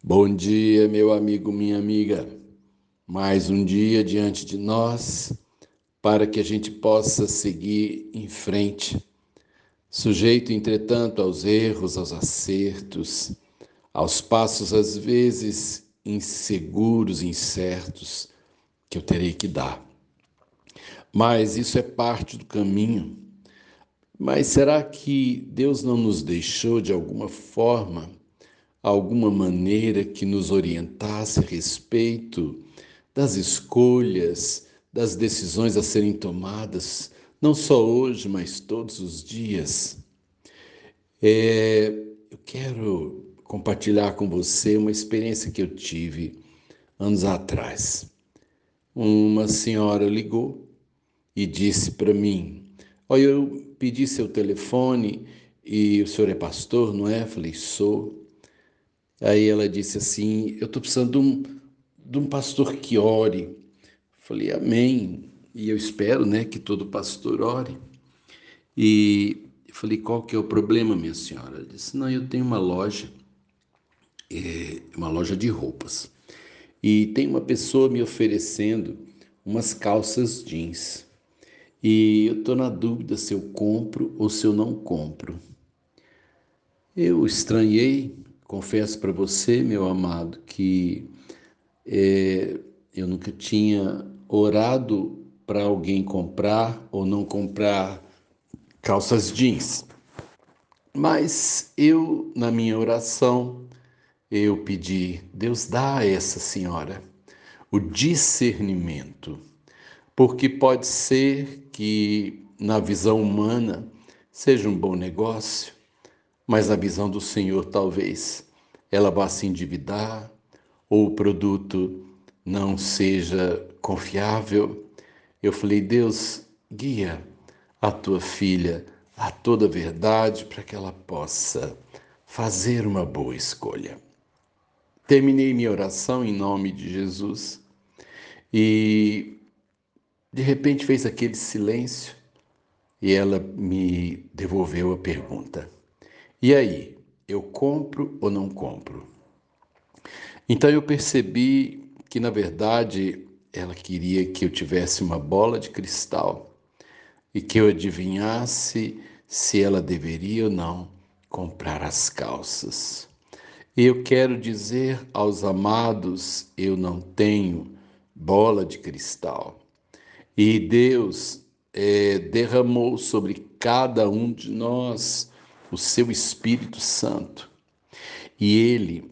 Bom dia, meu amigo, minha amiga. Mais um dia diante de nós para que a gente possa seguir em frente, sujeito, entretanto, aos erros, aos acertos, aos passos às vezes inseguros, incertos que eu terei que dar. Mas isso é parte do caminho. Mas será que Deus não nos deixou de alguma forma, alguma maneira que nos orientasse a respeito das escolhas, das decisões a serem tomadas, não só hoje, mas todos os dias? Eu quero compartilhar com você uma experiência que eu tive anos atrás. Uma senhora ligou e disse para mim: olha, eu pedi seu telefone e o senhor é pastor, não é? Eu falei: sou. Aí ela disse assim: eu estou precisando de um pastor que ore. Falei: amém. E eu espero, né, que todo pastor ore. E falei: qual que é o problema, minha senhora? Ela disse: não, eu tenho uma loja de roupas. E tem uma pessoa me oferecendo umas calças jeans. E eu estou na dúvida se eu compro ou se eu não compro. Eu estranhei, confesso para você, meu amado, que eu nunca tinha orado para alguém comprar ou não comprar calças jeans. Mas eu, na minha oração, eu pedi: Deus, dá a essa senhora o discernimento, porque pode ser que na visão humana seja um bom negócio, mas na visão do Senhor talvez ela vá se endividar ou o produto não seja confiável. Eu falei: Deus, guia a tua filha a toda a verdade para que ela possa fazer uma boa escolha. Terminei minha oração em nome de Jesus e de repente fez aquele silêncio e ela me devolveu a pergunta: e aí, eu compro ou não compro? Então eu percebi que, na verdade, ela queria que eu tivesse uma bola de cristal e que eu adivinhasse se ela deveria ou não comprar as calças. E eu quero dizer aos amados: eu não tenho bola de cristal. E Deus derramou sobre cada um de nós o seu Espírito Santo. E Ele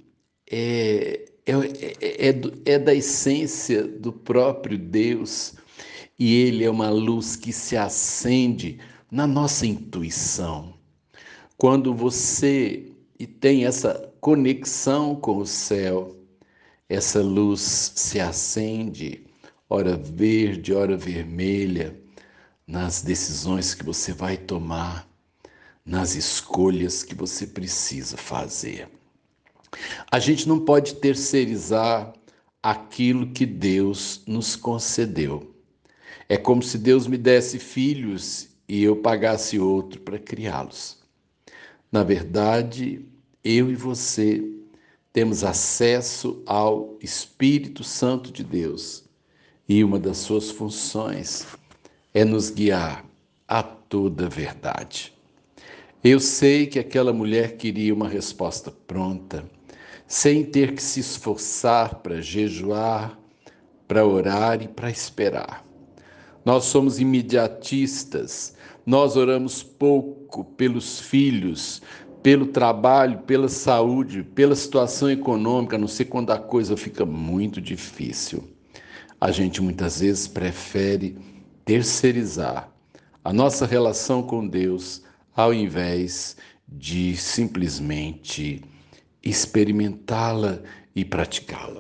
é da essência do próprio Deus. E Ele é uma luz que se acende na nossa intuição. Quando você tem essa conexão com o céu, essa luz se acende, ora verde, ora vermelha, nas decisões que você vai tomar, nas escolhas que você precisa fazer. A gente não pode terceirizar aquilo que Deus nos concedeu. É como se Deus me desse filhos e eu pagasse outro para criá-los. Na verdade, eu e você temos acesso ao Espírito Santo de Deus e uma das suas funções é nos guiar a toda a verdade. Eu sei que aquela mulher queria uma resposta pronta, sem ter que se esforçar para jejuar, para orar e para esperar. Nós somos imediatistas, nós oramos pouco pelos filhos, pelo trabalho, pela saúde, pela situação econômica, a não ser quando a coisa fica muito difícil. A gente muitas vezes prefere terceirizar a nossa relação com Deus ao invés de simplesmente experimentá-la e praticá-la.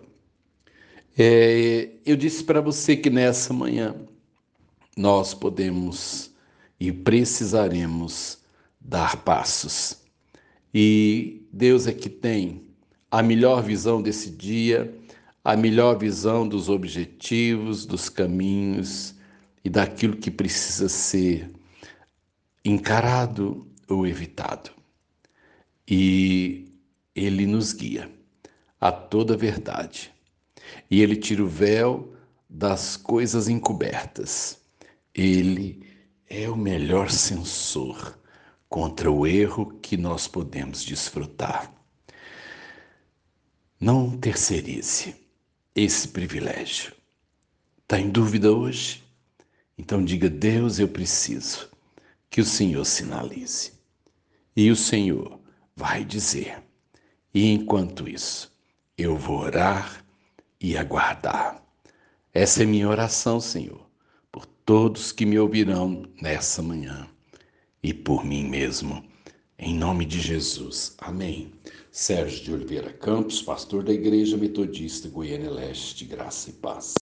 Eu disse para você que nessa manhã nós podemos e precisaremos dar passos. E Deus é que tem a melhor visão desse dia, a melhor visão dos objetivos, dos caminhos e daquilo que precisa ser encarado ou evitado. E Ele nos guia. a toda verdade. E ele tira o véu das coisas encobertas. Ele é o melhor censor contra o erro que nós podemos desfrutar. Não terceirize esse privilégio. Está em dúvida hoje? Então diga: Deus, eu preciso que o Senhor sinalize. E o Senhor vai dizer. E enquanto isso, eu vou orar e aguardar. Essa é minha oração, Senhor, por todos que me ouvirão nessa manhã e por mim mesmo. Em nome de Jesus. Amém. Sérgio de Oliveira Campos, pastor da Igreja Metodista Goiânia Leste, graça e paz.